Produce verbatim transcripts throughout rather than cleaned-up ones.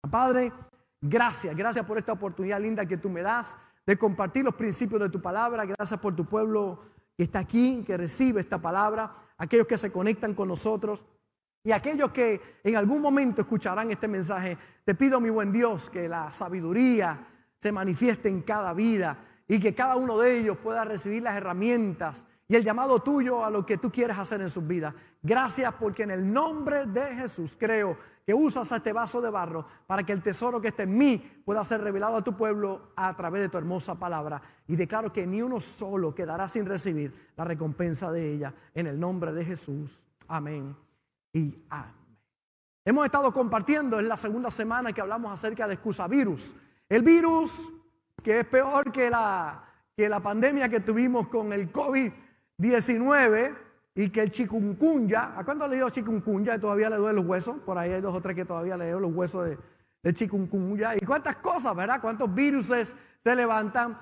Padre, gracias, gracias por esta oportunidad linda que tú me das de compartir los principios de tu palabra. Gracias por tu pueblo que está aquí, que recibe esta palabra, aquellos que se conectan con nosotros y aquellos que en algún momento escucharán este mensaje. Te pido, mi buen Dios, que la sabiduría se manifieste en cada vida y que cada uno de ellos pueda recibir las herramientas y el llamado tuyo a lo que tú quieres hacer en sus vidas. Gracias porque en el nombre de Jesús creo que usas este vaso de barro para que el tesoro que está en mí pueda ser revelado a tu pueblo a través de tu hermosa palabra. Y declaro que ni uno solo quedará sin recibir la recompensa de ella. En el nombre de Jesús. Amén y amén. Hemos estado compartiendo, en la segunda semana que hablamos acerca de excusavirus. El virus que es peor que la, que la pandemia que tuvimos con el COVID diecinueve y que el chikungunya. ¿A cuánto le dio chikungunya y todavía le duele los huesos? Por ahí hay dos o tres que todavía le dio los huesos de, de chikungunya. Y cuántas cosas, ¿verdad? Cuántos virus se levantan.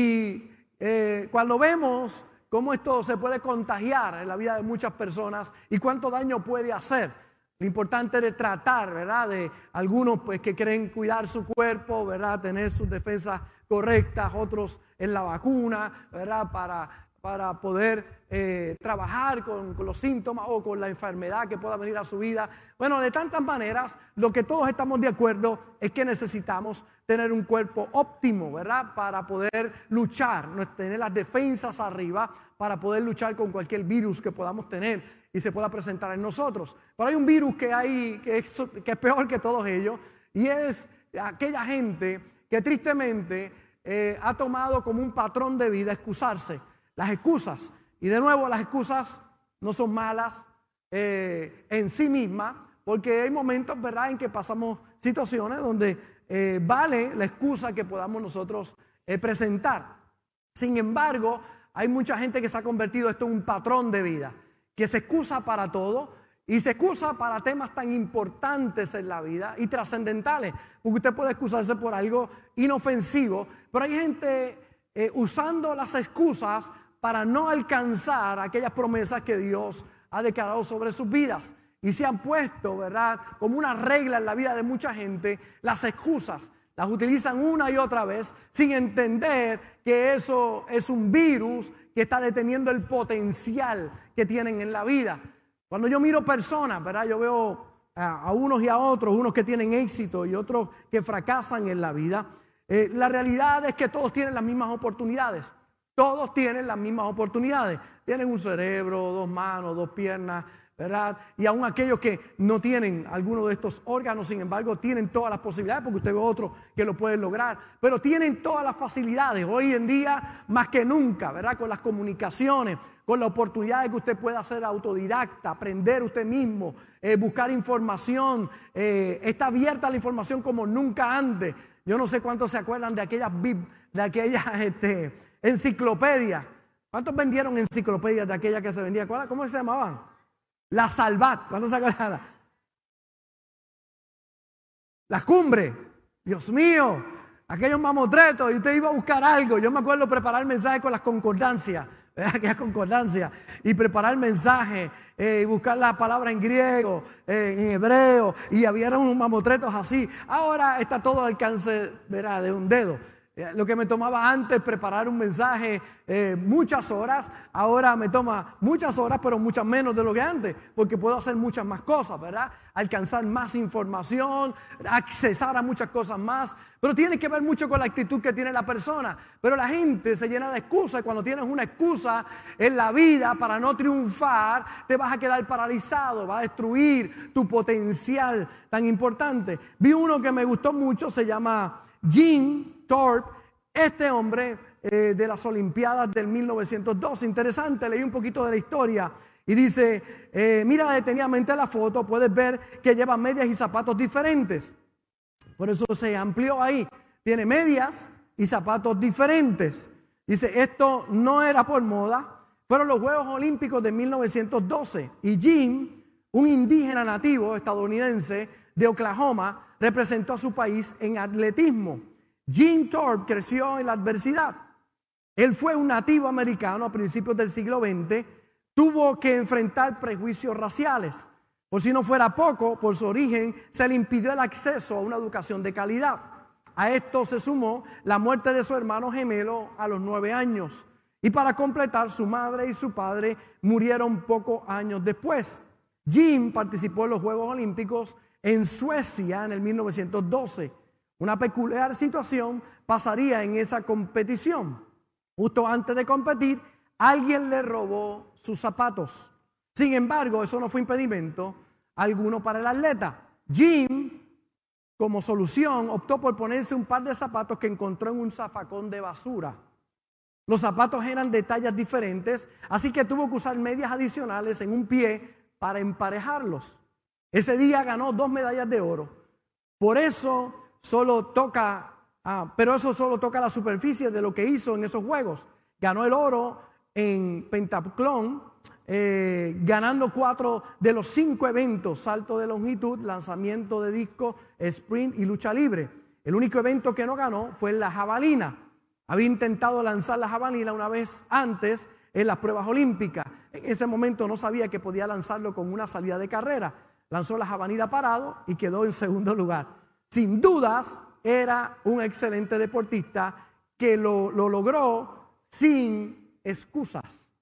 Y eh, cuando vemos cómo esto se puede contagiar en la vida de muchas personas y cuánto daño puede hacer. Lo importante es tratar, ¿verdad? De algunos pues que quieren cuidar su cuerpo, ¿verdad? Tener sus defensas correctas, otros en la vacuna, ¿verdad? Para, para poder eh, trabajar con, con los síntomas o con la enfermedad que pueda venir a su vida. Bueno, de tantas maneras, lo que todos estamos de acuerdo es que necesitamos tener un cuerpo óptimo, ¿verdad? Para poder luchar, tener las defensas arriba, para poder luchar con cualquier virus que podamos tener y se pueda presentar en nosotros. Pero hay un virus que hay que es, que es peor que todos ellos, y es aquella gente que tristemente eh, ha tomado como un patrón de vida excusarse. Las excusas, y de nuevo las excusas no son malas eh, en sí mismas, porque hay momentos, ¿verdad?, en que pasamos situaciones donde eh, vale la excusa que podamos nosotros eh, presentar. Sin embargo, hay mucha gente que se ha convertido esto en un patrón de vida, que se excusa para todo y se excusa para temas tan importantes en la vida y trascendentales, porque usted puede excusarse por algo inofensivo, pero hay gente eh, usando las excusas para no alcanzar aquellas promesas que Dios ha declarado sobre sus vidas. Y se han puesto, ¿verdad?, como una regla en la vida de mucha gente, las excusas. Las utilizan una y otra vez sin entender que eso es un virus que está deteniendo el potencial que tienen en la vida. Cuando yo miro personas, ¿verdad?, yo veo a, a unos y a otros, unos que tienen éxito y otros que fracasan en la vida. Eh, la realidad es que todos tienen las mismas oportunidades. Todos tienen las mismas oportunidades. Tienen un cerebro, dos manos, dos piernas, ¿verdad? Y aún aquellos que no tienen alguno de estos órganos, sin embargo, tienen todas las posibilidades, porque usted ve otros que lo pueden lograr, pero tienen todas las facilidades hoy en día más que nunca, ¿verdad? Con las comunicaciones, con la oportunidad de que usted pueda ser autodidacta, aprender usted mismo, eh, buscar información, eh, está abierta la información como nunca antes. Yo no sé cuántos se acuerdan de aquellas, de aquellas este, enciclopedias. ¿Cuántos vendieron enciclopedias de aquellas que se vendían? ¿Cómo se llamaban? La Salvat, ¿cuándo se acuerdan? La Cumbre, Dios mío, aquellos mamotretos, y usted iba a buscar algo. Yo me acuerdo preparar mensajes con las concordancias, ¿verdad? Aquellas concordancias, y preparar mensajes, eh, y buscar la palabra en griego, eh, en hebreo, y había unos mamotretos así. Ahora está todo al alcance, ¿verdad?, de un dedo. Lo que me tomaba antes preparar un mensaje eh, muchas horas, ahora me toma muchas horas, pero muchas menos de lo que antes, porque puedo hacer muchas más cosas, ¿verdad? Alcanzar más información, accesar a muchas cosas más, pero tiene que ver mucho con la actitud que tiene la persona. Pero la gente se llena de excusas, y cuando tienes una excusa en la vida para no triunfar, te vas a quedar paralizado, va a destruir tu potencial tan importante. Vi uno que me gustó mucho, se llama Jim Thorpe, este hombre eh, de las Olimpiadas del mil novecientos dos. Interesante, leí un poquito de la historia y dice, eh, mira detenidamente la foto, puedes ver que lleva medias y zapatos diferentes. Por eso se amplió ahí. Tiene medias y zapatos diferentes. Dice, esto no era por moda, fueron los Juegos Olímpicos de mil novecientos doce. Y Jim, un indígena nativo estadounidense de Oklahoma, representó a su país en atletismo. Jim Thorpe creció en la adversidad. Él fue un nativo americano a principios del siglo veinte. Tuvo que enfrentar prejuicios raciales. Por si no fuera poco, por su origen se le impidió el acceso a una educación de calidad. A esto se sumó la muerte de su hermano gemelo a los nueve años. Y para completar, su madre y su padre murieron pocos años después. Jim participó en los Juegos Olímpicos en Suecia en el mil novecientos doce. Una peculiar situación pasaría en esa competición. Justo antes de competir, alguien le robó sus zapatos. Sin embargo, eso no fue impedimento alguno para el atleta. Jim, como solución, optó por ponerse un par de zapatos que encontró en un zafacón de basura. Los zapatos eran de tallas diferentes, así que tuvo que usar medias adicionales en un pie para emparejarlos. Ese día ganó dos medallas de oro. Por eso solo toca, ah, pero eso solo toca la superficie de lo que hizo en esos juegos. Ganó el oro en pentatlón, eh, ganando cuatro de los cinco eventos: salto de longitud, lanzamiento de disco, sprint y lucha libre. El único evento que no ganó fue la jabalina. Había intentado lanzar la jabalina una vez antes en las pruebas olímpicas. En ese momento no sabía que podía lanzarlo con una salida de carrera. Lanzó la jabalina parado y quedó en segundo lugar. Sin dudas, era un excelente deportista que lo, lo logró sin excusas.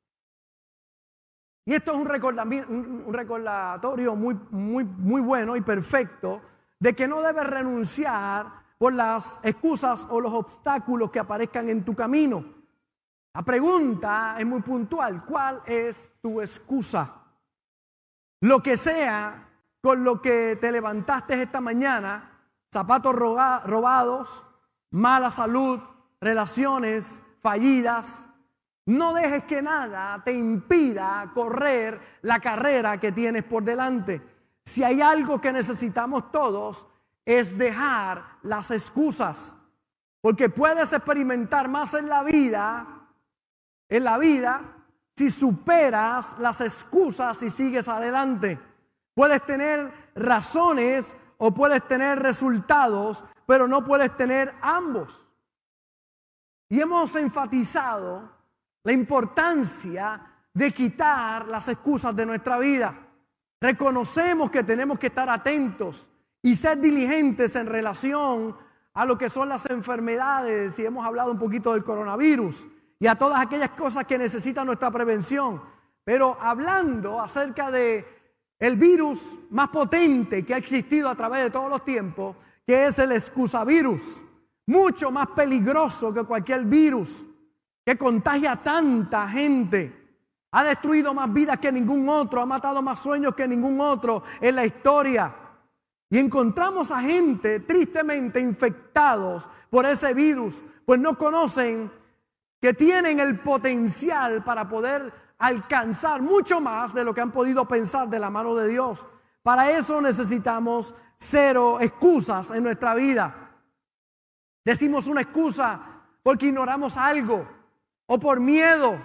Y esto es un recordatorio, un recordatorio muy, muy, muy bueno y perfecto de que no debes renunciar por las excusas o los obstáculos que aparezcan en tu camino. La pregunta es muy puntual: ¿cuál es tu excusa? Lo que sea con lo que te levantaste esta mañana, zapatos roba, robados, mala salud, relaciones fallidas, no dejes que nada te impida correr la carrera que tienes por delante. Si hay algo que necesitamos todos, es dejar las excusas, porque puedes experimentar más en la vida, en la vida, si superas las excusas y sigues adelante. Puedes tener razones o puedes tener resultados, pero no puedes tener ambos. Y hemos enfatizado la importancia de quitar las excusas de nuestra vida. Reconocemos que tenemos que estar atentos y ser diligentes en relación a lo que son las enfermedades, y hemos hablado un poquito del coronavirus y a todas aquellas cosas que necesitan nuestra prevención. Pero hablando acerca de el virus más potente que ha existido a través de todos los tiempos, que es el excusavirus, mucho más peligroso que cualquier virus, que contagia a tanta gente, ha destruido más vidas que ningún otro, ha matado más sueños que ningún otro en la historia. Y encontramos a gente tristemente infectados por ese virus, pues no conocen que tienen el potencial para poder alcanzar mucho más de lo que han podido pensar de la mano de Dios. Para eso necesitamos cero excusas en nuestra vida. Decimos una excusa porque ignoramos algo, o por miedo,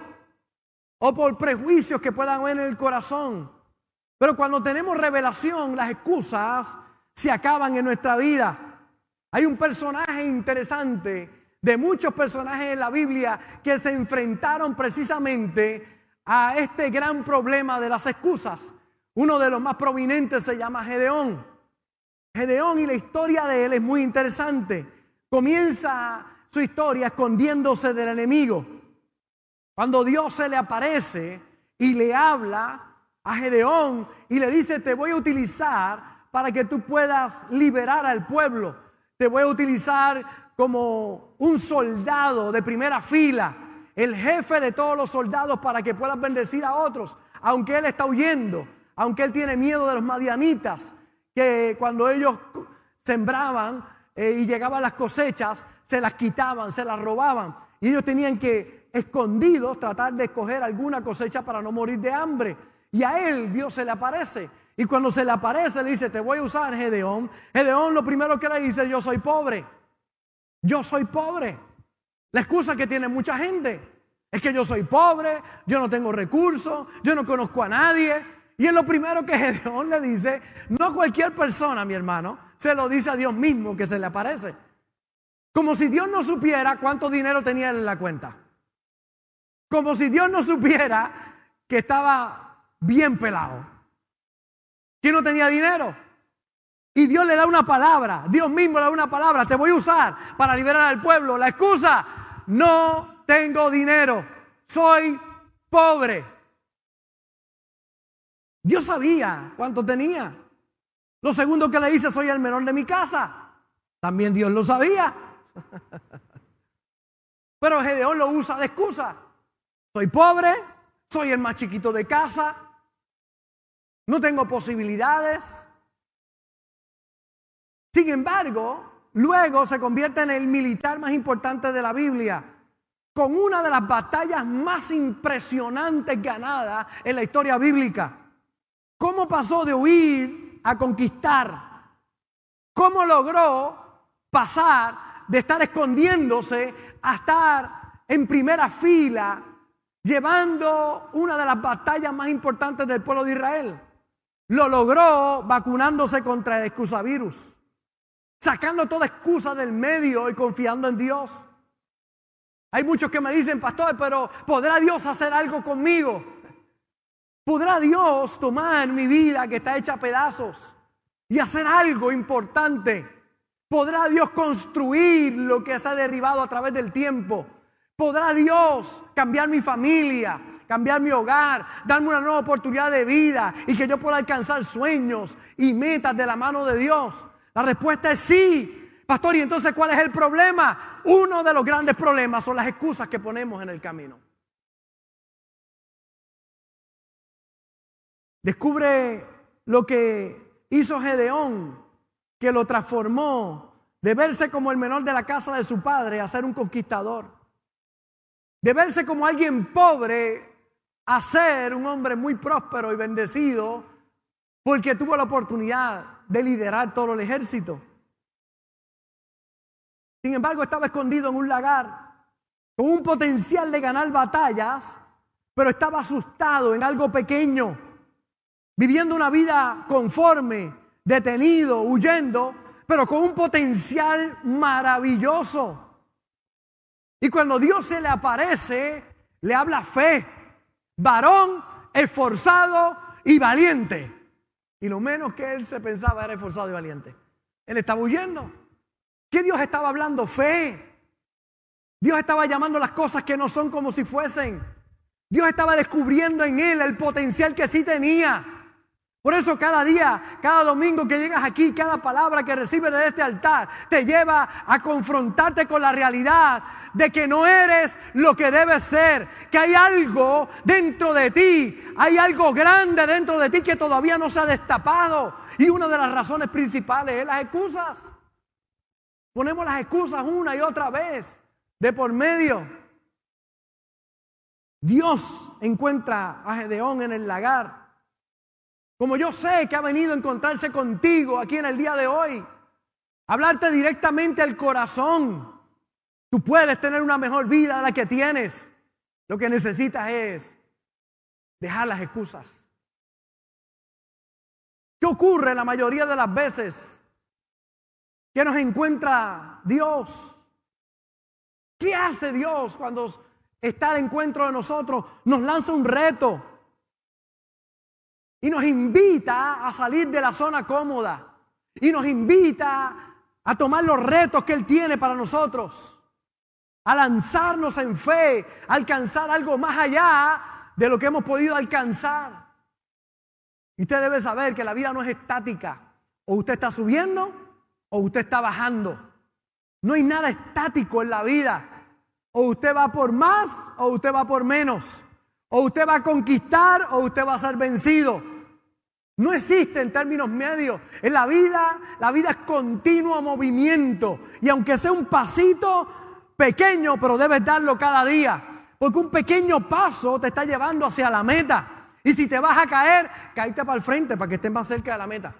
o por prejuicios que puedan haber en el corazón. Pero cuando tenemos revelación, las excusas se acaban en nuestra vida. Hay un personaje interesante, de muchos personajes en la Biblia, que se enfrentaron precisamente a este gran problema de las excusas. Uno de los más prominentes se llama Gedeón. Gedeón, y la historia de él es muy interesante. Comienza su historia escondiéndose del enemigo. Cuando Dios se le aparece y le habla a Gedeón y le dice: te voy a utilizar para que tú puedas liberar al pueblo. Te voy a utilizar como un soldado de primera fila, el jefe de todos los soldados, para que puedas bendecir a otros, aunque él está huyendo, aunque él tiene miedo de los madianitas, que cuando ellos sembraban eh, y llegaban las cosechas, se las quitaban, se las robaban, y ellos tenían que, escondidos, tratar de escoger alguna cosecha para no morir de hambre. Y a él Dios se le aparece, y cuando se le aparece le dice: te voy a usar, Gedeón. Gedeón lo primero que le dice: yo soy pobre, yo soy pobre. La excusa que tiene mucha gente es que yo soy pobre, yo no tengo recursos, yo no conozco a nadie. Y es lo primero que Gedeón le dice. No cualquier persona, mi hermano, se lo dice a Dios mismo que se le aparece. Como si Dios no supiera cuánto dinero tenía él en la cuenta. Como si Dios no supiera que estaba bien pelado, ¿Quién no tenía dinero? Y Dios le da una palabra, Dios mismo le da una palabra, te voy a usar para liberar al pueblo. La excusa, no tengo dinero, soy pobre. Dios sabía cuánto tenía. Lo segundo que le dice, soy el menor de mi casa. También Dios lo sabía. Pero Gedeón lo usa de excusa. Soy pobre, soy el más chiquito de casa, no tengo posibilidades. Sin embargo, luego se convierte en el militar más importante de la Biblia, con una de las batallas más impresionantes ganadas en la historia bíblica. ¿Cómo pasó de huir a conquistar? ¿Cómo logró pasar de estar escondiéndose a estar en primera fila, llevando una de las batallas más importantes del pueblo de Israel? Lo logró vacunándose contra el excusavirus, sacando toda excusa del medio y confiando en Dios. Hay muchos que me dicen, pastor, pero ¿podrá Dios hacer algo conmigo? ¿Podrá Dios tomar mi vida que está hecha a pedazos y hacer algo importante? ¿Podrá Dios construir lo que se ha derribado a través del tiempo? ¿Podrá Dios cambiar mi familia, cambiar mi hogar, darme una nueva oportunidad de vida y que yo pueda alcanzar sueños y metas de la mano de Dios? La respuesta es sí. Pastor, ¿y entonces cuál es el problema? Uno de los grandes problemas son las excusas que ponemos en el camino. Descubre lo que hizo Gedeón, que lo transformó de verse como el menor de la casa de su padre a ser un conquistador. De verse como alguien pobre a ser un hombre muy próspero y bendecido, porque tuvo la oportunidad de liderar todo el ejército. Sin embargo, estaba escondido en un lagar con un potencial de ganar batallas, pero estaba asustado en algo pequeño, viviendo una vida conforme, detenido, huyendo, pero con un potencial maravilloso. Y cuando Dios se le aparece, le habla fe, varón, esforzado y valiente. Y lo menos que él se pensaba era esforzado y valiente. Él estaba huyendo. ¿Qué Dios estaba hablando? Fe. Dios estaba llamando las cosas que no son como si fuesen. Dios estaba descubriendo en él el potencial que sí tenía. Por eso cada día, cada domingo que llegas aquí, cada palabra que recibes de este altar te lleva a confrontarte con la realidad de que no eres lo que debes ser, que hay algo dentro de ti, hay algo grande dentro de ti que todavía no se ha destapado. Y una de las razones principales es las excusas. Ponemos las excusas una y otra vez de por medio. Dios encuentra a Gedeón en el lagar. Como yo sé que ha venido a encontrarse contigo aquí en el día de hoy, hablarte directamente al corazón. Tú puedes tener una mejor vida de la que tienes. Lo que necesitas es dejar las excusas. ¿Qué ocurre la mayoría de las veces que nos encuentra Dios? ¿Qué hace Dios cuando está al encuentro de nosotros? Nos lanza un reto y nos invita a salir de la zona cómoda y nos invita a tomar los retos que Él tiene para nosotros, a lanzarnos en fe, a alcanzar algo más allá de lo que hemos podido alcanzar. Y usted debe saber que la vida no es estática. O usted está subiendo o usted está bajando. No hay nada estático en la vida. O usted va por más o usted va por menos. O usted va a conquistar o usted va a ser vencido. No existe en términos medios. En la vida, la vida es continuo movimiento. Y aunque sea un pasito pequeño, pero debes darlo cada día. Porque un pequeño paso te está llevando hacia la meta. Y si te vas a caer, caíte para el frente para que estés más cerca de la meta.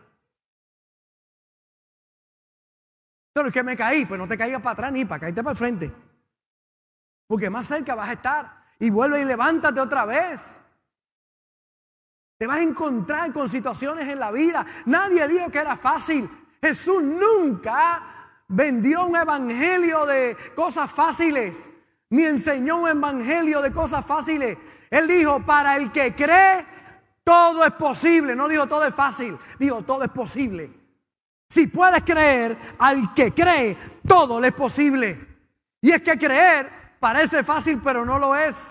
Pero es que me caí, pues no te caigas para atrás ni para caíte para el frente. Porque más cerca vas a estar. Y vuelve y levántate otra vez. Te vas a encontrar con situaciones en la vida. Nadie dijo que era fácil. Jesús nunca vendió un evangelio de cosas fáciles, ni enseñó un evangelio de cosas fáciles. Él dijo, para el que cree, Todo es posible. No digo todo es fácil, digo todo es posible. Si puedes creer, al que cree, todo le es posible. Y es que creer parece fácil, pero no lo es.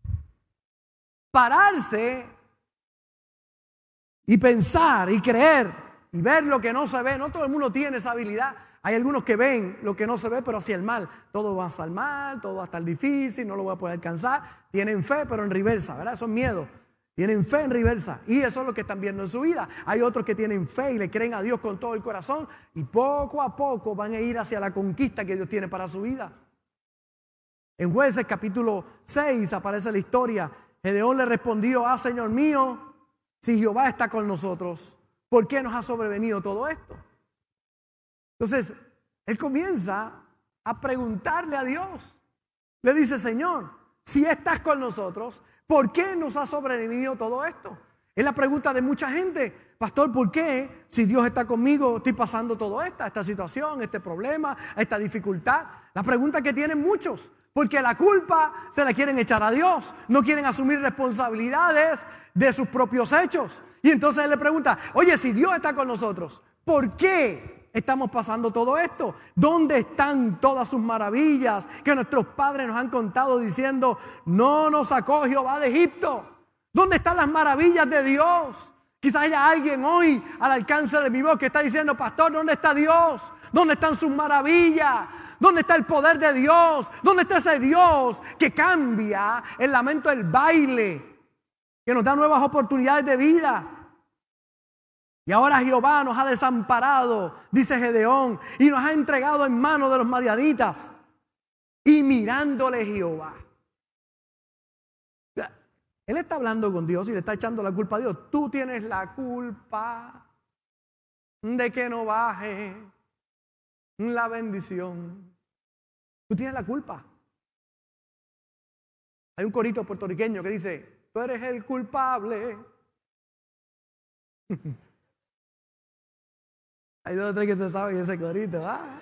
Pararse y pensar y creer y ver lo que no se ve. No todo el mundo tiene esa habilidad. Hay algunos que ven lo que no se ve, pero hacia el mal. Todo va a estar mal, todo va a estar difícil, no lo voy a poder alcanzar. Tienen fe, pero en reversa, ¿verdad? Eso es miedo. Tienen fe en reversa. Y eso es lo que están viendo en su vida. Hay otros que tienen fe y le creen a Dios con todo el corazón. Y poco a poco van a ir hacia la conquista que Dios tiene para su vida. En Jueces capítulo seis aparece la historia. Gedeón le respondió: ah, Señor mío, si Jehová está con nosotros, ¿por qué nos ha sobrevenido todo esto? Entonces, él comienza a preguntarle a Dios. Le dice: Señor, si estás con nosotros, ¿por qué nos ha sobrevenido todo esto? Es la pregunta de mucha gente. Pastor, ¿por qué si Dios está conmigo estoy pasando todo esto, esta situación, este problema, esta dificultad? La pregunta que tienen muchos. Porque la culpa se la quieren echar a Dios. No quieren asumir responsabilidades de sus propios hechos. Y entonces él le pregunta: oye, si Dios está con nosotros, ¿por qué estamos pasando todo esto? ¿Dónde están todas sus maravillas que nuestros padres nos han contado diciendo: no nos sacó Jehová de Egipto? ¿Dónde están las maravillas de Dios? Quizás haya alguien hoy al alcance de mi voz que está diciendo: pastor, ¿dónde está Dios? ¿Dónde están sus maravillas? ¿Dónde está el poder de Dios? ¿Dónde está ese Dios que cambia el lamento del baile? Que nos da nuevas oportunidades de vida. Y ahora Jehová nos ha desamparado, dice Gedeón, y nos ha entregado en manos de los madianitas. Y mirándole Jehová. Él está hablando con Dios y le está echando la culpa a Dios. Tú tienes la culpa de que no baje la bendición. Tú tienes la culpa. Hay un corito puertorriqueño que dice: tú eres el culpable. Hay dos o tres que se saben ese corito. ¿Ah?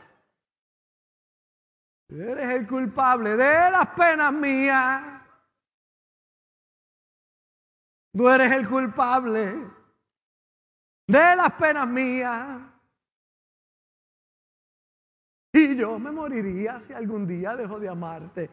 Tú eres el culpable de las penas mías. Tú eres el culpable de las penas mías. Y yo me moriría si algún día dejo de amarte.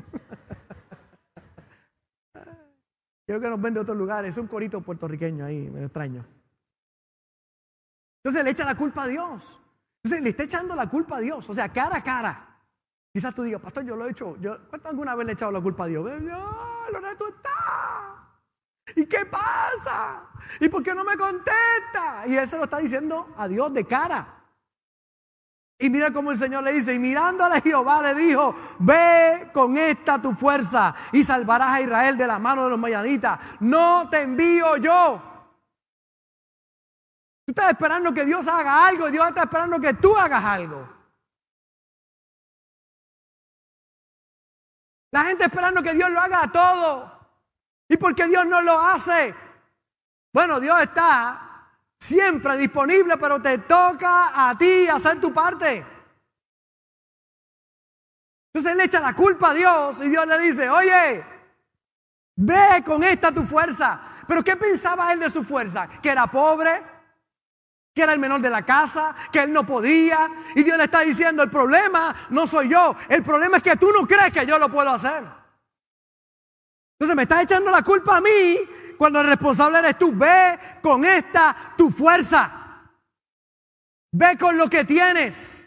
Creo que nos ven de otros lugares. Es un corito puertorriqueño ahí, me extraño. Entonces le echa la culpa a Dios. Entonces le está echando la culpa a Dios. O sea, cara a cara. Quizás tú digas: pastor, yo lo he hecho. Yo, ¿cuánto alguna vez le he echado la culpa a Dios? No, Loreto está. ¿Y qué pasa? ¿Y por qué no me contesta? Y él se lo está diciendo a Dios de cara. Y mira cómo el Señor le dice: y mirándole Jehová le dijo: ve con esta tu fuerza y salvarás a Israel de la mano de los madianitas. No te envío yo. Tú estás esperando que Dios haga algo y Dios está esperando que tú hagas algo. La gente esperando que Dios lo haga todo. ¿Y por qué Dios no lo hace? Bueno, Dios está siempre disponible, pero te toca a ti hacer tu parte. Entonces él le echa la culpa a Dios y Dios le dice: oye, ve con esta tu fuerza. ¿Pero qué pensaba él de su fuerza? Que era pobre, que era el menor de la casa, que él no podía. Y Dios le está diciendo: el problema no soy yo, el problema es que tú no crees que yo lo puedo hacer. Entonces me estás echando la culpa a mí cuando el responsable eres tú. Ve con esta tu fuerza. Ve con lo que tienes.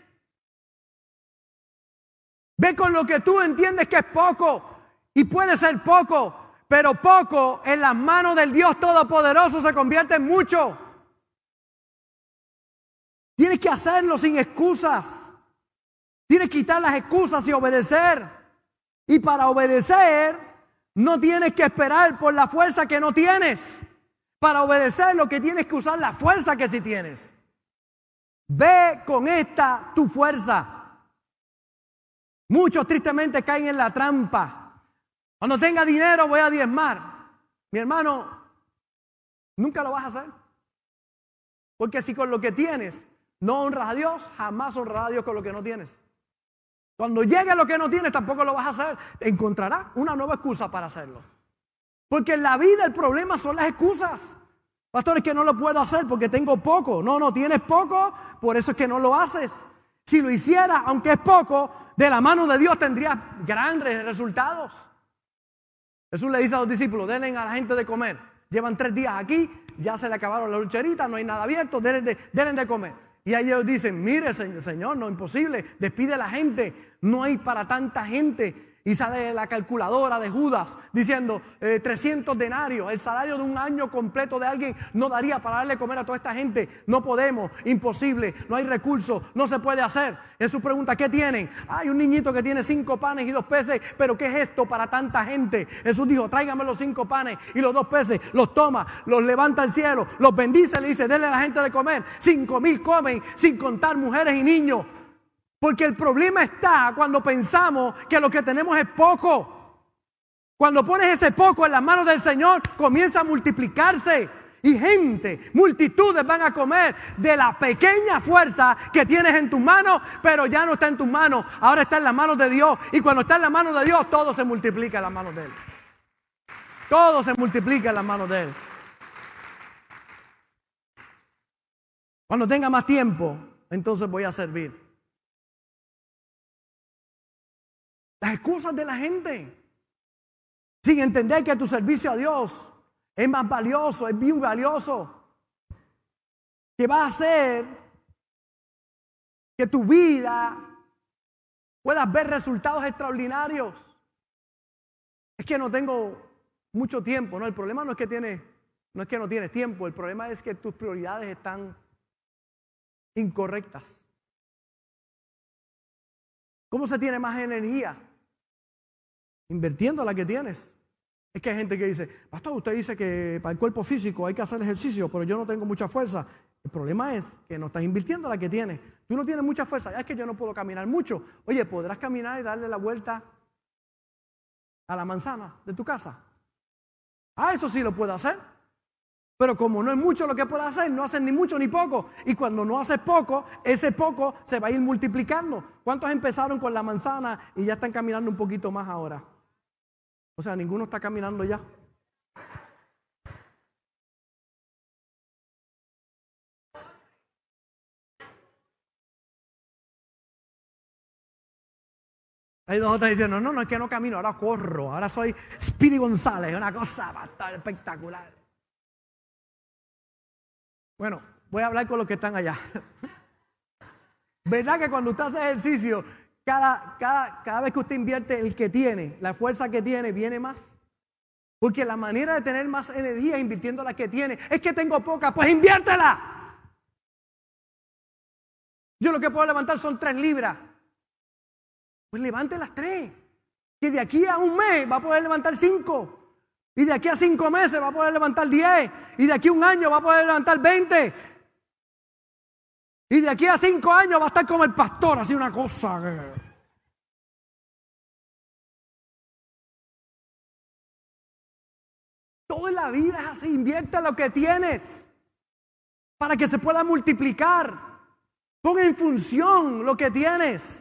Ve con lo que tú entiendes que es poco. Y puede ser poco, pero poco en las manos del Dios Todopoderoso se convierte en mucho. Tienes que hacerlo sin excusas. Tienes que quitar las excusas y obedecer. Y para obedecer no tienes que esperar por la fuerza que no tienes. Para obedecer lo que tienes que usar la fuerza que sí tienes. Ve con esta tu fuerza. Muchos tristemente caen en la trampa. Cuando tenga dinero voy a diezmar. Mi hermano, nunca lo vas a hacer. Porque si con lo que tienes no honras a Dios, jamás honrarás a Dios con lo que no tienes. Cuando llegue lo que no tienes, tampoco lo vas a hacer. Encontrarás una nueva excusa para hacerlo. Porque en la vida el problema son las excusas. Pastor, es que no lo puedo hacer porque tengo poco. No, no, tienes poco, por eso es que no lo haces. Si lo hicieras, aunque es poco, de la mano de Dios tendrías grandes resultados. Jesús le dice a los discípulos, denle a la gente de comer. Llevan tres días aquí, ya se le acabaron las lucheritas, no hay nada abierto, denle de, denle de comer. Y ahí ellos dicen, mire señor, señor, no, imposible, despide a la gente, no hay para tanta gente. Y sale la calculadora de Judas diciendo eh, trescientos denarios, el salario de un año completo de alguien no daría para darle comer a toda esta gente. No podemos, imposible, no hay recursos, no se puede hacer. Jesús pregunta, ¿qué tienen? Hay un niñito que tiene cinco panes y dos peces, pero ¿qué es esto para tanta gente? Jesús dijo, tráigame los cinco panes y los dos peces, los toma, los levanta al cielo, los bendice, le dice, denle a la gente de comer. Cinco mil comen, sin contar mujeres y niños. Porque el problema está cuando pensamos que lo que tenemos es poco. Cuando pones ese poco en las manos del Señor, comienza a multiplicarse. Y gente, multitudes van a comer de la pequeña fuerza que tienes en tus manos, pero ya no está en tus manos, ahora está en las manos de Dios. Y cuando está en las manos de Dios, todo se multiplica en las manos de Él. Todo se multiplica en las manos de Él. Cuando tenga más tiempo, entonces voy a servir. Las excusas de la gente, sin entender que tu servicio a Dios es más valioso, es bien valioso, que va a hacer que tu vida puedas ver resultados extraordinarios. Es que no tengo mucho tiempo, no, el problema no es que tienes, no es que no tienes tiempo, el problema es que tus prioridades están incorrectas. ¿Cómo se tiene más energía? Invirtiendo la que tienes. Es que hay gente que dice, pastor, usted dice que para el cuerpo físico hay que hacer ejercicio, pero yo no tengo mucha fuerza. El problema es que no estás invirtiendo la que tienes. Tú no tienes mucha fuerza. Ya es que yo no puedo caminar mucho. Oye, ¿podrás caminar y darle la vuelta a la manzana de tu casa? Ah, eso sí lo puedo hacer. Pero como no es mucho lo que puedes hacer, no haces ni mucho ni poco. Y cuando no haces poco, ese poco se va a ir multiplicando. ¿Cuántos empezaron con la manzana y ya están caminando un poquito más ahora? O sea, ninguno está caminando ya. Hay dos otras diciendo, no, no, es que no camino, ahora corro, ahora soy Speedy González, una cosa bastante espectacular. Bueno, voy a hablar con los que están allá. ¿Verdad que cuando usted hace ejercicio, cada, cada, cada vez que usted invierte el que tiene, la fuerza que tiene, viene más? Porque la manera de tener más energía invirtiendo la que tiene, es que tengo poca, pues inviértela. Yo lo que puedo levantar son tres libras. Pues levante las tres. Que de aquí a un mes va a poder levantar cinco. Y de aquí a cinco meses va a poder levantar diez. Y de aquí a un año va a poder levantar veinte. Y de aquí a cinco años va a estar como el pastor, así una cosa. Todo en la vida es así. Invierte lo que tienes para que se pueda multiplicar. Pon en función lo que tienes.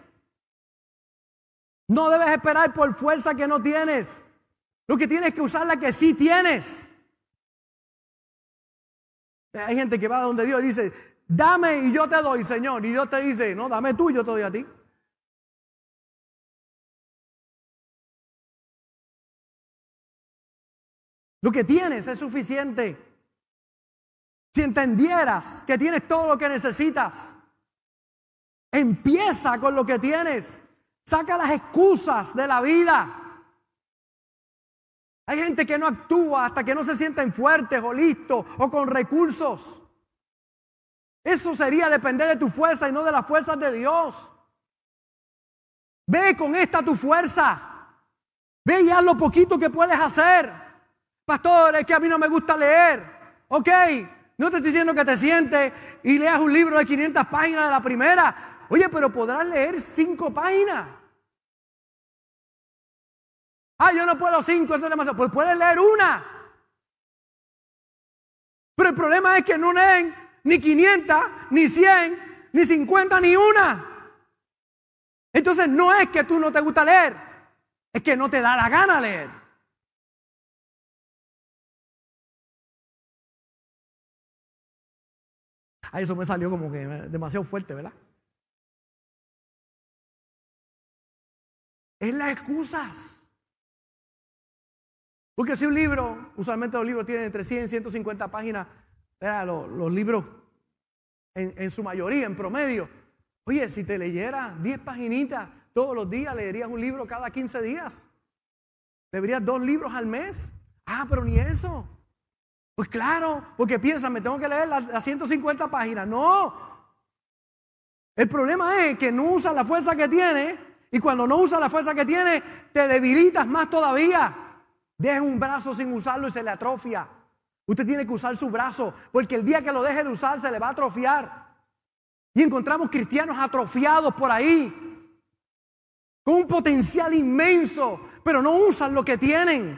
No debes esperar por fuerza que no tienes. Lo que tienes que usar la que sí tienes. Hay gente que va donde Dios y dice, dame y yo te doy, Señor. Y Dios te dice, no, dame tú y yo te doy a ti. Lo que tienes es suficiente. Si entendieras que tienes todo lo que necesitas, empieza con lo que tienes. Saca las excusas de la vida. Hay gente que no actúa hasta que no se sienten fuertes o listos o con recursos. Eso sería depender de tu fuerza y no de las fuerzas de Dios. Ve con esta tu fuerza. Ve y haz lo poquito que puedes hacer. Pastor, es que a mí no me gusta leer. Ok, no te estoy diciendo que te sientes y leas un libro de quinientas páginas de la primera. Oye, pero podrás leer cinco páginas. Ah, yo no puedo cinco, eso es demasiado. Pues puedes leer una. Pero el problema es que no leen ni quinientas, ni cien, ni cincuenta, ni una. Entonces no es que tú no te gusta leer, es que no te da la gana leer. Ay, eso me salió como que demasiado fuerte, ¿verdad? Es las excusas. Porque si un libro, usualmente los libros tienen entre cien y ciento cincuenta páginas, los, los libros en, en su mayoría, en promedio. Oye, si te leyeras diez paginitas todos los días, leerías un libro cada quince días. Leerías dos libros al mes. Ah, pero ni eso. Pues claro, porque piensan, me tengo que leer las, las ciento cincuenta páginas. No. El problema es que no usas la fuerza que tienes, y cuando no usas la fuerza que tienes, te debilitas más todavía. Deja un brazo sin usarlo y se le atrofia. Usted tiene que usar su brazo, porque el día que lo deje de usar se le va a atrofiar. Y encontramos cristianos atrofiados por ahí, con un potencial inmenso, pero no usan lo que tienen.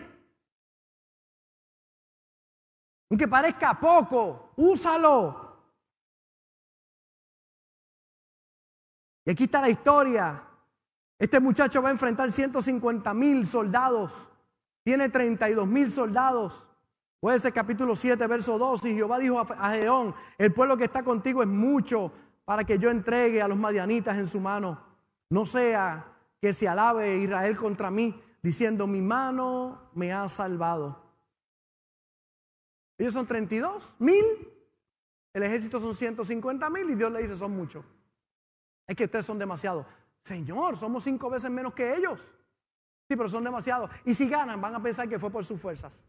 Aunque parezca poco, úsalo. Y aquí está la historia. Este muchacho va a enfrentar ciento cincuenta mil soldados. Tiene treinta y dos mil soldados. Jueces capítulo siete, verso dos. Y Jehová dijo a Gedeón: el pueblo que está contigo es mucho para que yo entregue a los madianitas en su mano. No sea que se alabe Israel contra mí, diciendo: mi mano me ha salvado. Ellos son treinta y dos mil. El ejército son ciento cincuenta mil. Y Dios le dice: son muchos. Es que ustedes son demasiados. Señor, somos cinco veces menos que ellos. Sí, pero son demasiados. Y si ganan, van a pensar que fue por sus fuerzas.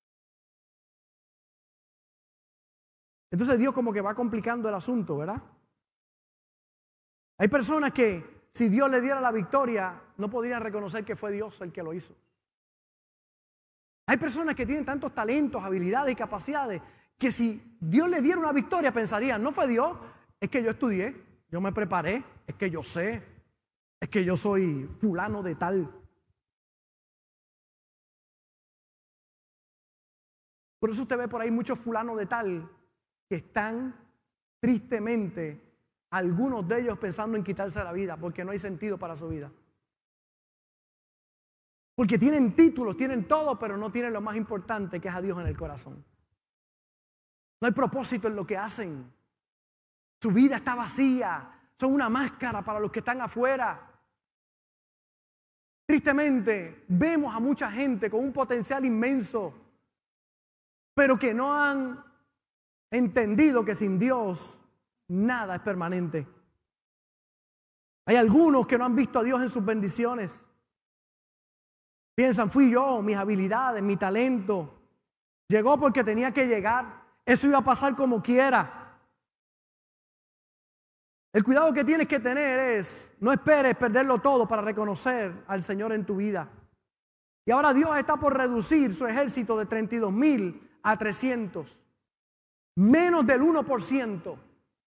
Entonces Dios como que va complicando el asunto, ¿verdad? Hay personas que si Dios le diera la victoria, no podrían reconocer que fue Dios el que lo hizo. Hay personas que tienen tantos talentos, habilidades y capacidades que si Dios le diera una victoria pensarían: no fue Dios, es que yo estudié, yo me preparé, es que yo sé, es que yo soy fulano de tal. Por eso usted ve por ahí muchos fulanos de tal que están tristemente, algunos de ellos pensando en quitarse la vida porque no hay sentido para su vida. Porque tienen títulos, tienen todo, pero no tienen lo más importante, que es a Dios en el corazón. No hay propósito en lo que hacen. Su vida está vacía. Son una máscara para los que están afuera. Tristemente, vemos a mucha gente con un potencial inmenso, pero que no han entendido que sin Dios nada es permanente. Hay algunos que no han visto a Dios en sus bendiciones. Piensan: fui yo, mis habilidades, mi talento. Llegó porque tenía que llegar. Eso iba a pasar como quiera. El cuidado que tienes que tener es: no esperes perderlo todo para reconocer al Señor en tu vida. Y ahora Dios está por reducir su ejército de treinta y dos mil a trescientos. Menos del uno por ciento.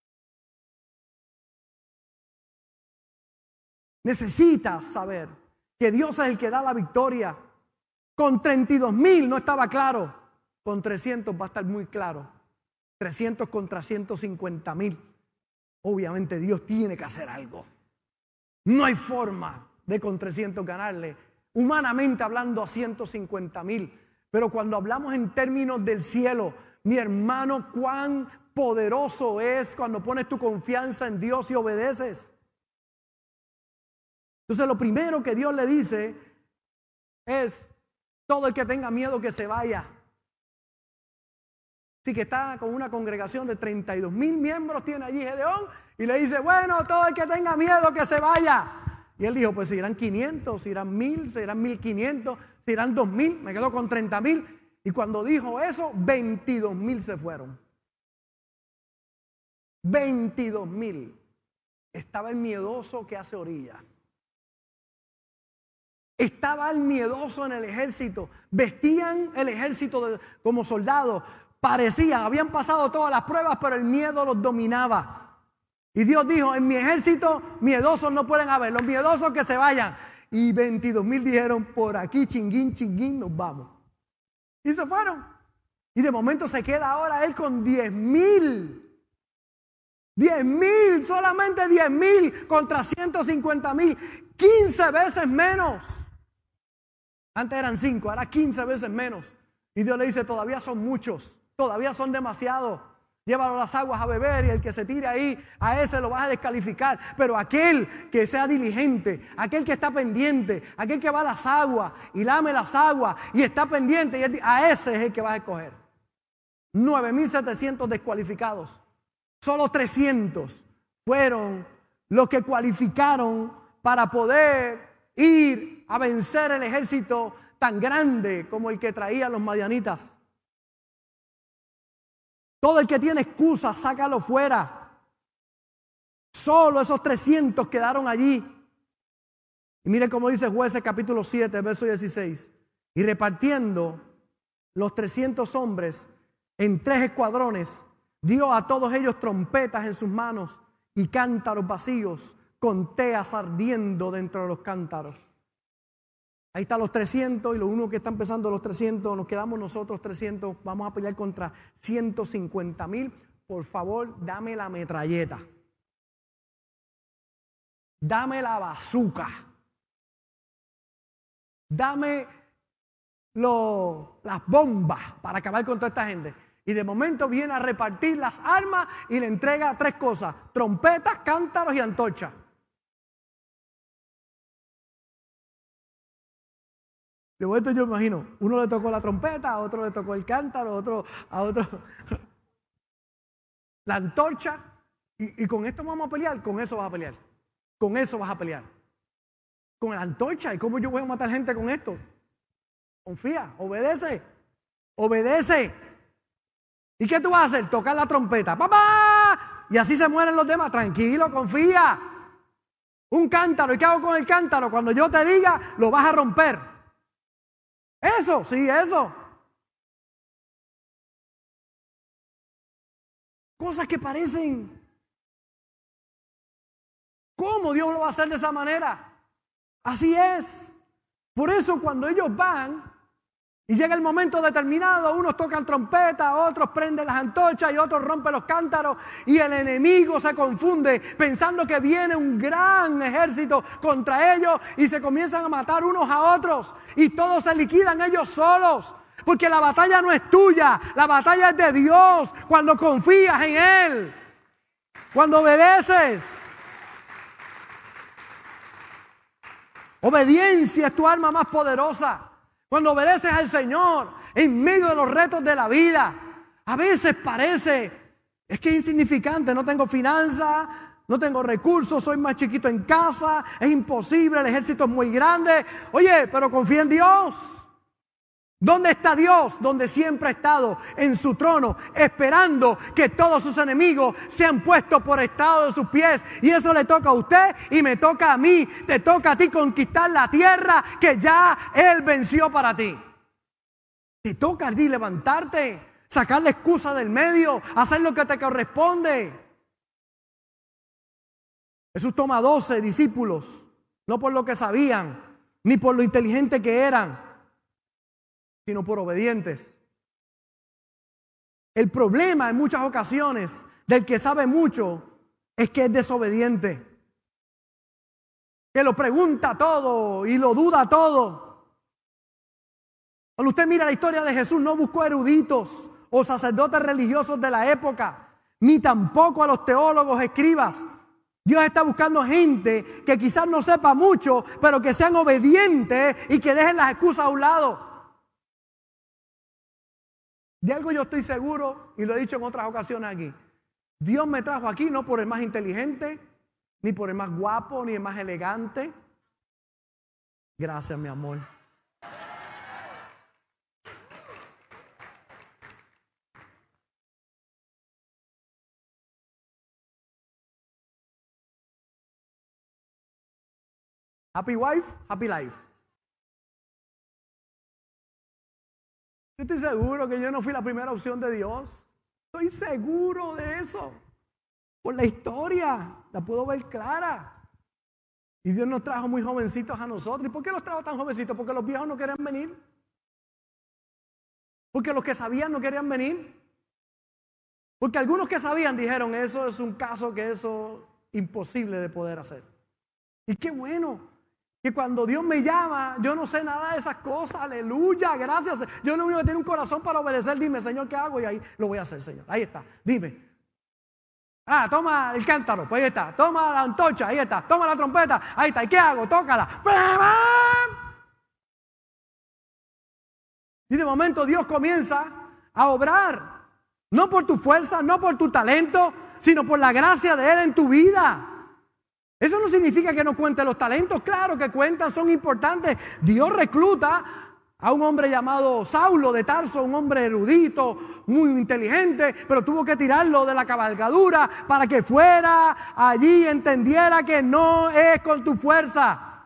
Necesitas saber que Dios es el que da la victoria. Con treinta y dos mil no estaba claro. Con trescientos va a estar muy claro. trescientos contra ciento cincuenta mil. Obviamente Dios tiene que hacer algo. No hay forma de con trescientos ganarle, humanamente hablando, a ciento cincuenta mil. Pero cuando hablamos en términos del cielo, mi hermano, cuán poderoso es cuando pones tu confianza en Dios y obedeces. Entonces lo primero que Dios le dice es: todo el que tenga miedo que se vaya. Así que está con una congregación de treinta y dos mil miembros, tiene allí Gedeón, y le dice: bueno, todo el que tenga miedo que se vaya. Y él dijo: pues si irán quinientos, si irán mil, si irán mil quinientos, si irán dos mil, me quedo con treinta mil. Y cuando dijo eso, veintidós mil se fueron. veintidós mil. Estaba el miedoso que hace orilla. Estaba el miedoso en el ejército. Vestían el ejército de, como soldados. Parecían, habían pasado todas las pruebas, pero el miedo los dominaba. Y Dios dijo: en mi ejército miedosos no pueden haber. Los miedosos que se vayan. Y veintidós mil dijeron: por aquí, chinguín, chinguín, nos vamos. Y se fueron. Y de momento se queda ahora él con diez mil. diez mil, solamente diez mil contra ciento cincuenta mil. quince veces menos. Antes eran cinco, ahora quince veces menos. Y Dios le dice: todavía son muchos, todavía son demasiados. Llévalo a las aguas a beber y el que se tire ahí, a ese lo vas a descalificar. Pero aquel que sea diligente, aquel que está pendiente, aquel que va a las aguas y lame las aguas y está pendiente, y a ese es el que vas a escoger. nueve mil setecientos descualificados. Solo trescientos fueron los que cualificaron para poder ir a vencer el ejército tan grande como el que traían los madianitas. Todo el que tiene excusa, sácalo fuera. Solo esos trescientos quedaron allí. Y mire cómo dice Jueces capítulo siete, verso dieciséis. Y repartiendo los trescientos hombres en tres escuadrones, dio a todos ellos trompetas en sus manos y cántaros vacíos con teas ardiendo dentro de los cántaros. Ahí están los trescientos y los unos que están empezando los trescientos, nos quedamos nosotros trescientos, vamos a pelear contra ciento cincuenta mil. Por favor, dame la metralleta. Dame la bazooka. Dame lo, las bombas para acabar con toda esta gente. Y de momento viene a repartir las armas y le entrega tres cosas: trompetas, cántaros y antorchas. De momento yo imagino, uno le tocó la trompeta, a otro le tocó el cántaro, a otro, a otro la antorcha. Y, y con esto vamos a pelear, con eso vas a pelear. Con eso vas a pelear. Con la antorcha. ¿Y cómo yo voy a matar gente con esto? Confía, obedece, obedece. ¿Y qué tú vas a hacer? Tocar la trompeta. ¡Papá! Y así se mueren los demás. Tranquilo, confía. Un cántaro. ¿Y qué hago con el cántaro? Cuando yo te diga, lo vas a romper. Eso, sí, eso. Cosas que parecen. ¿Cómo Dios lo va a hacer de esa manera? Así es. Por eso cuando ellos van y llega el momento determinado, unos tocan trompeta, otros prenden las antorchas y otros rompen los cántaros, y el enemigo se confunde pensando que viene un gran ejército contra ellos y se comienzan a matar unos a otros y todos se liquidan ellos solos, porque la batalla no es tuya, la batalla es de Dios cuando confías en Él, cuando obedeces. Obediencia es tu arma más poderosa. Cuando obedeces al Señor en medio de los retos de la vida, a veces parece, es que es insignificante, no tengo finanzas, no tengo recursos, soy más chiquito en casa, es imposible, el ejército es muy grande. Oye, pero confía en Dios. ¿Dónde está Dios? Donde siempre ha estado, en su trono, esperando que todos sus enemigos sean puestos por estrado de sus pies. Y eso le toca a usted y me toca a mí. Te toca a ti conquistar la tierra que ya Él venció para ti. Te toca a ti levantarte, sacar la excusa del medio, hacer lo que te corresponde. Jesús toma doce discípulos, no por lo que sabían, ni por lo inteligente que eran, sino por obedientes. El problema en muchas ocasiones del que sabe mucho es que es desobediente, que lo pregunta todo y lo duda todo. Cuando usted mira la historia de Jesús, no buscó eruditos o sacerdotes religiosos de la época, ni tampoco a los teólogos, escribas. Dios está buscando gente que quizás no sepa mucho, pero que sean obedientes y que dejen las excusas a un lado. De algo yo estoy seguro, y lo he dicho en otras ocasiones aquí. Dios me trajo aquí no por el más inteligente, ni por el más guapo, ni el más elegante. Gracias, mi amor. Happy wife, happy life. Yo estoy seguro que yo no fui la primera opción de Dios. Estoy seguro de eso. Por la historia, la puedo ver clara. Y Dios nos trajo muy jovencitos a nosotros. ¿Y por qué los trajo tan jovencitos? Porque los viejos no querían venir. Porque los que sabían no querían venir. Porque algunos que sabían dijeron, eso es un caso que eso es imposible de poder hacer. Y qué bueno. Que cuando Dios me llama, yo no sé nada de esas cosas, aleluya, gracias. Yo lo único que tengo un corazón para obedecer, dime, Señor, ¿qué hago? Y ahí lo voy a hacer, Señor. Ahí está, dime. Ah, toma el cántaro, pues ahí está. Toma la antorcha, ahí está. Toma la trompeta, ahí está. ¿Y qué hago? Tócala. Y de momento Dios comienza a obrar. No por tu fuerza, no por tu talento, sino por la gracia de Él en tu vida. Eso no significa que no cuente los talentos. Claro que cuentan, son importantes. Dios recluta a un hombre llamado Saulo de Tarso, un hombre erudito, muy inteligente, pero tuvo que tirarlo de la cabalgadura para que fuera allí y entendiera que no es con tu fuerza.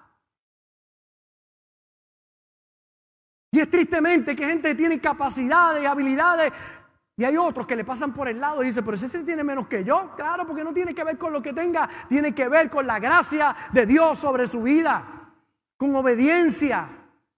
Y es tristemente que gente tiene capacidades y habilidades y hay otros que le pasan por el lado y dicen, pero ese tiene menos que yo. Claro, porque no tiene que ver con lo que tenga, tiene que ver con la gracia de Dios sobre su vida, con obediencia.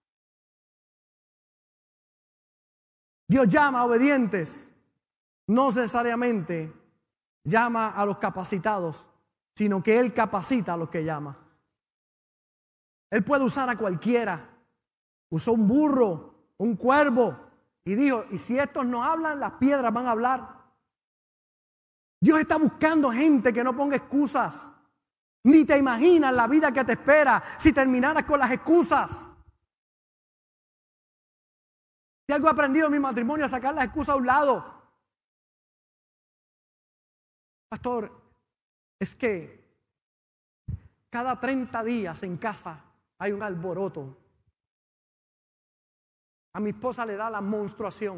Dios llama a obedientes, no necesariamente llama a los capacitados, sino que Él capacita a los que llama. Él puede usar a cualquiera. Usó un burro, un cuervo, y dijo, y si estos no hablan, las piedras van a hablar. Dios está buscando gente que no ponga excusas. Ni te imaginas la vida que te espera si terminaras con las excusas. Si algo he aprendido en mi matrimonio, a sacar las excusas a un lado. Pastor, es que cada treinta días en casa hay un alboroto. A mi esposa le da la menstruación.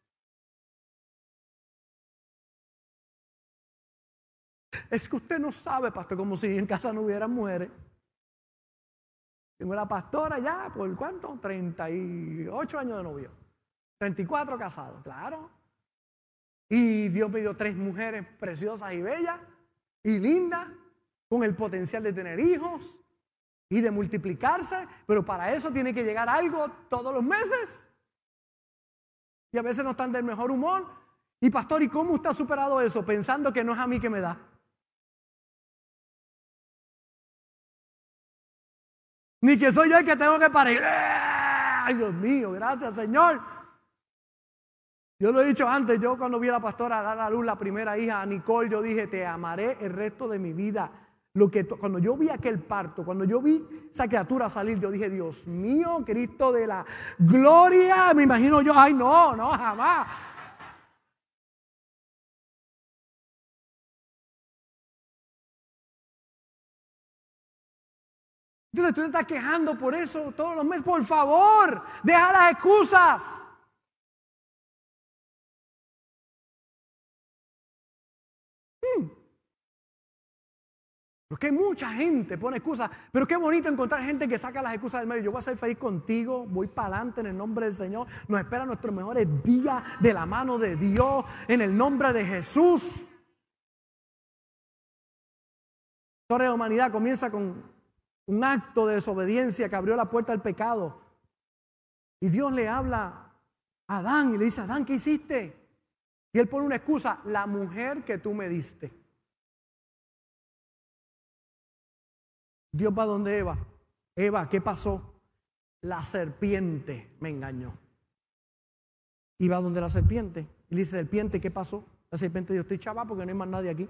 Es que usted no sabe, pastor, como si en casa no hubiera mujeres. Tengo la pastora ya, ¿por cuánto? treinta y ocho años de novio. treinta y cuatro casados, claro. Y Dios me dio tres mujeres preciosas y bellas y lindas, con el potencial de tener hijos y de multiplicarse, pero para eso tiene que llegar algo todos los meses. Y a veces no están del mejor humor. Y pastor, ¿y cómo usted ha superado eso? Pensando que no es a mí que me da. Ni que soy yo el que tengo que parir. ¡Ay, Dios mío! Gracias, Señor. Yo lo he dicho antes, yo cuando vi a la pastora dar a luz la primera hija, a Nicole, yo dije, te amaré el resto de mi vida. Lo que cuando yo vi aquel parto, cuando yo vi esa criatura salir, yo dije, Dios mío, Cristo de la gloria. Me imagino yo, ay no, no, jamás. Entonces tú te estás quejando por eso todos los meses. Por favor, deja las excusas. Hmm. Porque hay mucha gente pone excusas, pero qué bonito encontrar gente que saca las excusas del medio. Yo voy a ser feliz contigo, voy para adelante en el nombre del Señor. Nos esperan nuestros mejores días de la mano de Dios, en el nombre de Jesús. La historia de la humanidad comienza con un acto de desobediencia que abrió la puerta al pecado. Y Dios le habla a Adán y le dice, Adán, ¿qué hiciste? Y él pone una excusa, la mujer que tú me diste. Dios va donde Eva. Eva, ¿qué pasó? La serpiente me engañó. Y va donde la serpiente. Y le dice, serpiente, ¿qué pasó? La serpiente dijo, estoy chava porque no hay más nadie aquí.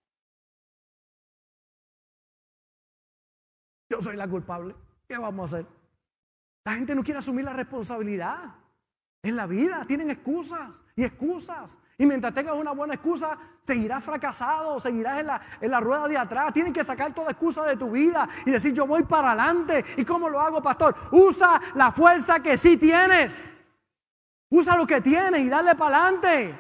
Yo soy la culpable. ¿Qué vamos a hacer? La gente no quiere asumir la responsabilidad. En la vida tienen excusas y excusas. Y mientras tengas una buena excusa, seguirás fracasado, seguirás en la, en la rueda de atrás. Tienen que sacar toda excusa de tu vida y decir, yo voy para adelante. ¿Y cómo lo hago, pastor? Usa la fuerza que sí tienes. Usa lo que tienes y dale para adelante.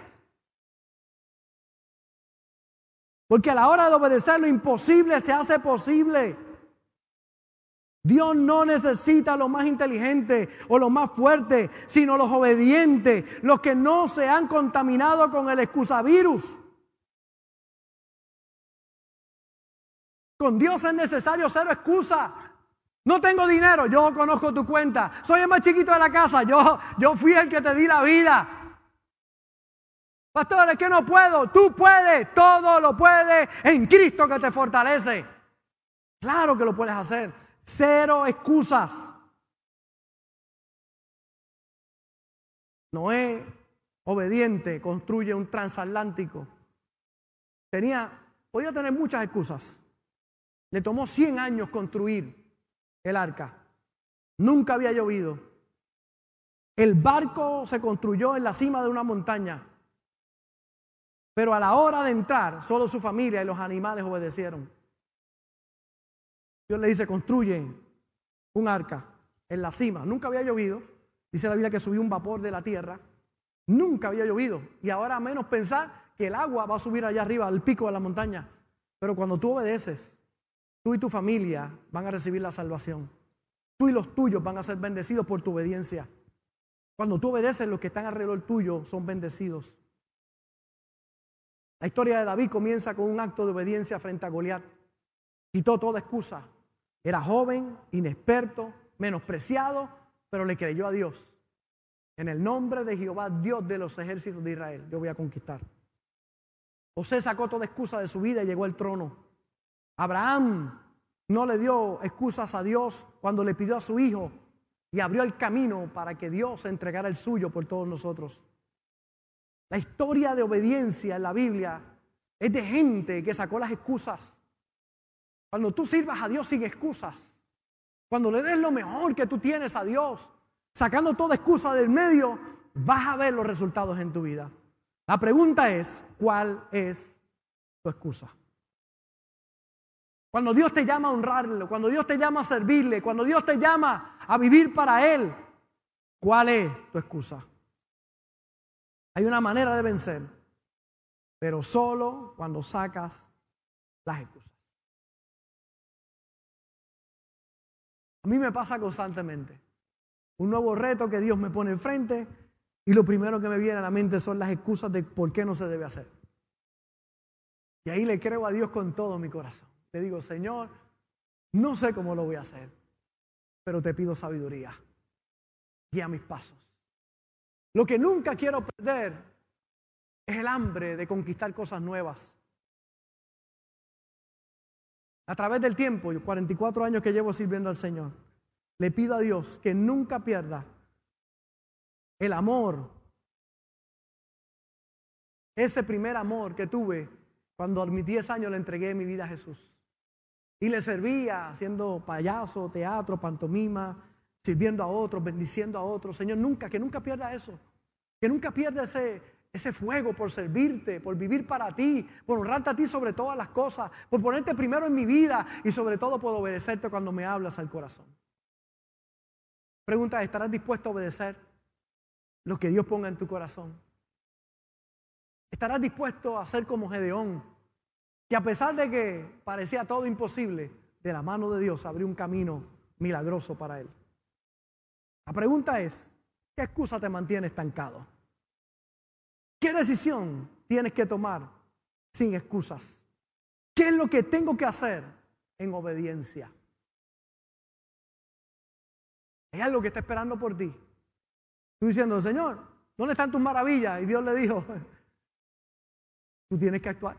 Porque a la hora de obedecer lo imposible se hace posible. Dios no necesita los más inteligentes o los más fuertes, sino los obedientes, los que no se han contaminado con el excusavirus. Con Dios es necesario cero excusa. No tengo dinero, yo conozco tu cuenta. Soy el más chiquito de la casa, yo, yo fui el que te di la vida. Pastor, es que no puedo. Tú puedes, todo lo puedes en Cristo que te fortalece. Claro que lo puedes hacer. Cero excusas. Noé, obediente, construye un transatlántico. Tenía podía tener muchas excusas. Le tomó cien años construir el arca. Nunca había llovido. El barco se construyó en la cima de una montaña. Pero a la hora de entrar, solo su familia y los animales obedecieron. Dios le dice, construye un arca en la cima. Nunca había llovido. Dice la Biblia que subió un vapor de la tierra. Nunca había llovido. Y ahora menos pensar que el agua va a subir allá arriba, al pico de la montaña. Pero cuando tú obedeces, tú y tu familia van a recibir la salvación. Tú y los tuyos van a ser bendecidos por tu obediencia. Cuando tú obedeces, los que están alrededor tuyo son bendecidos. La historia de David comienza con un acto de obediencia frente a Goliat. Quitó toda excusa. Era joven, inexperto, menospreciado, pero le creyó a Dios. En el nombre de Jehová, Dios de los ejércitos de Israel, yo voy a conquistar. José sacó toda excusa de su vida y llegó al trono. Abraham no le dio excusas a Dios cuando le pidió a su hijo y abrió el camino para que Dios entregara el suyo por todos nosotros. La historia de obediencia en la Biblia es de gente que sacó las excusas. Cuando tú sirvas a Dios sin excusas, cuando le des lo mejor que tú tienes a Dios, sacando toda excusa del medio, vas a ver los resultados en tu vida. La pregunta es, ¿cuál es tu excusa? Cuando Dios te llama a honrarlo, cuando Dios te llama a servirle, cuando Dios te llama a vivir para Él, ¿cuál es tu excusa? Hay una manera de vencer, pero solo cuando sacas las excusas. A mí me pasa constantemente. Un nuevo reto que Dios me pone enfrente y lo primero que me viene a la mente son las excusas de por qué no se debe hacer. Y ahí le creo a Dios con todo mi corazón. Le digo, Señor, no sé cómo lo voy a hacer, pero te pido sabiduría. Guía mis pasos. Lo que nunca quiero perder es el hambre de conquistar cosas nuevas. A través del tiempo, cuarenta y cuatro años que llevo sirviendo al Señor, le pido a Dios que nunca pierda el amor, ese primer amor que tuve cuando a mis diez años le entregué mi vida a Jesús. Y le servía haciendo payaso, teatro, pantomima, sirviendo a otros, bendiciendo a otros. Señor, nunca, que nunca pierda eso. Que nunca pierda ese, ese fuego por servirte, por vivir para ti, por honrarte a ti sobre todas las cosas, por ponerte primero en mi vida y sobre todo por obedecerte cuando me hablas al corazón. Pregunta, ¿estarás dispuesto a obedecer lo que Dios ponga en tu corazón? ¿Estarás dispuesto a ser como Gedeón, que a pesar de que parecía todo imposible, de la mano de Dios abrió un camino milagroso para él? La pregunta es, ¿qué excusa te mantiene estancado? ¿Qué decisión tienes que tomar sin excusas? ¿Qué es lo que tengo que hacer en obediencia? Hay algo que está esperando por ti. Tú diciendo, Señor, ¿dónde están tus maravillas? Y Dios le dijo, tú tienes que actuar.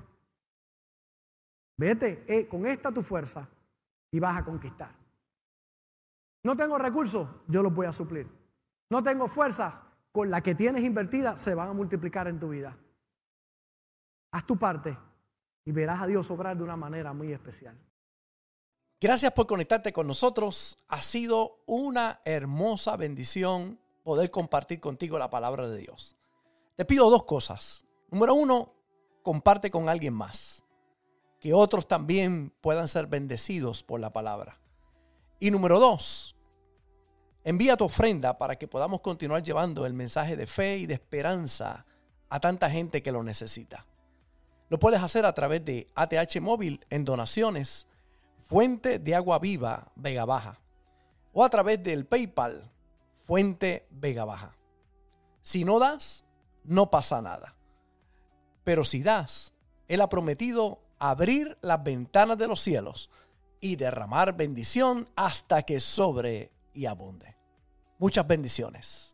Vete eh, con esta tu fuerza y vas a conquistar. No tengo recursos, yo los voy a suplir. No tengo fuerzas, con las que tienes invertidas se van a multiplicar en tu vida. Haz tu parte y verás a Dios obrar de una manera muy especial. Gracias por conectarte con nosotros. Ha sido una hermosa bendición poder compartir contigo la palabra de Dios. Te pido dos cosas. Número uno, comparte con alguien más, que otros también puedan ser bendecidos por la palabra. Y número dos, envía tu ofrenda para que podamos continuar llevando el mensaje de fe y de esperanza a tanta gente que lo necesita. Lo puedes hacer a través de A T H Móvil en donaciones, Fuente de Agua Viva Vega Baja, o a través del PayPal, Fuente Vega Baja. Si no das, no pasa nada. Pero si das, Él ha prometido abrir las ventanas de los cielos y derramar bendición hasta que sobre y abunde. Muchas bendiciones.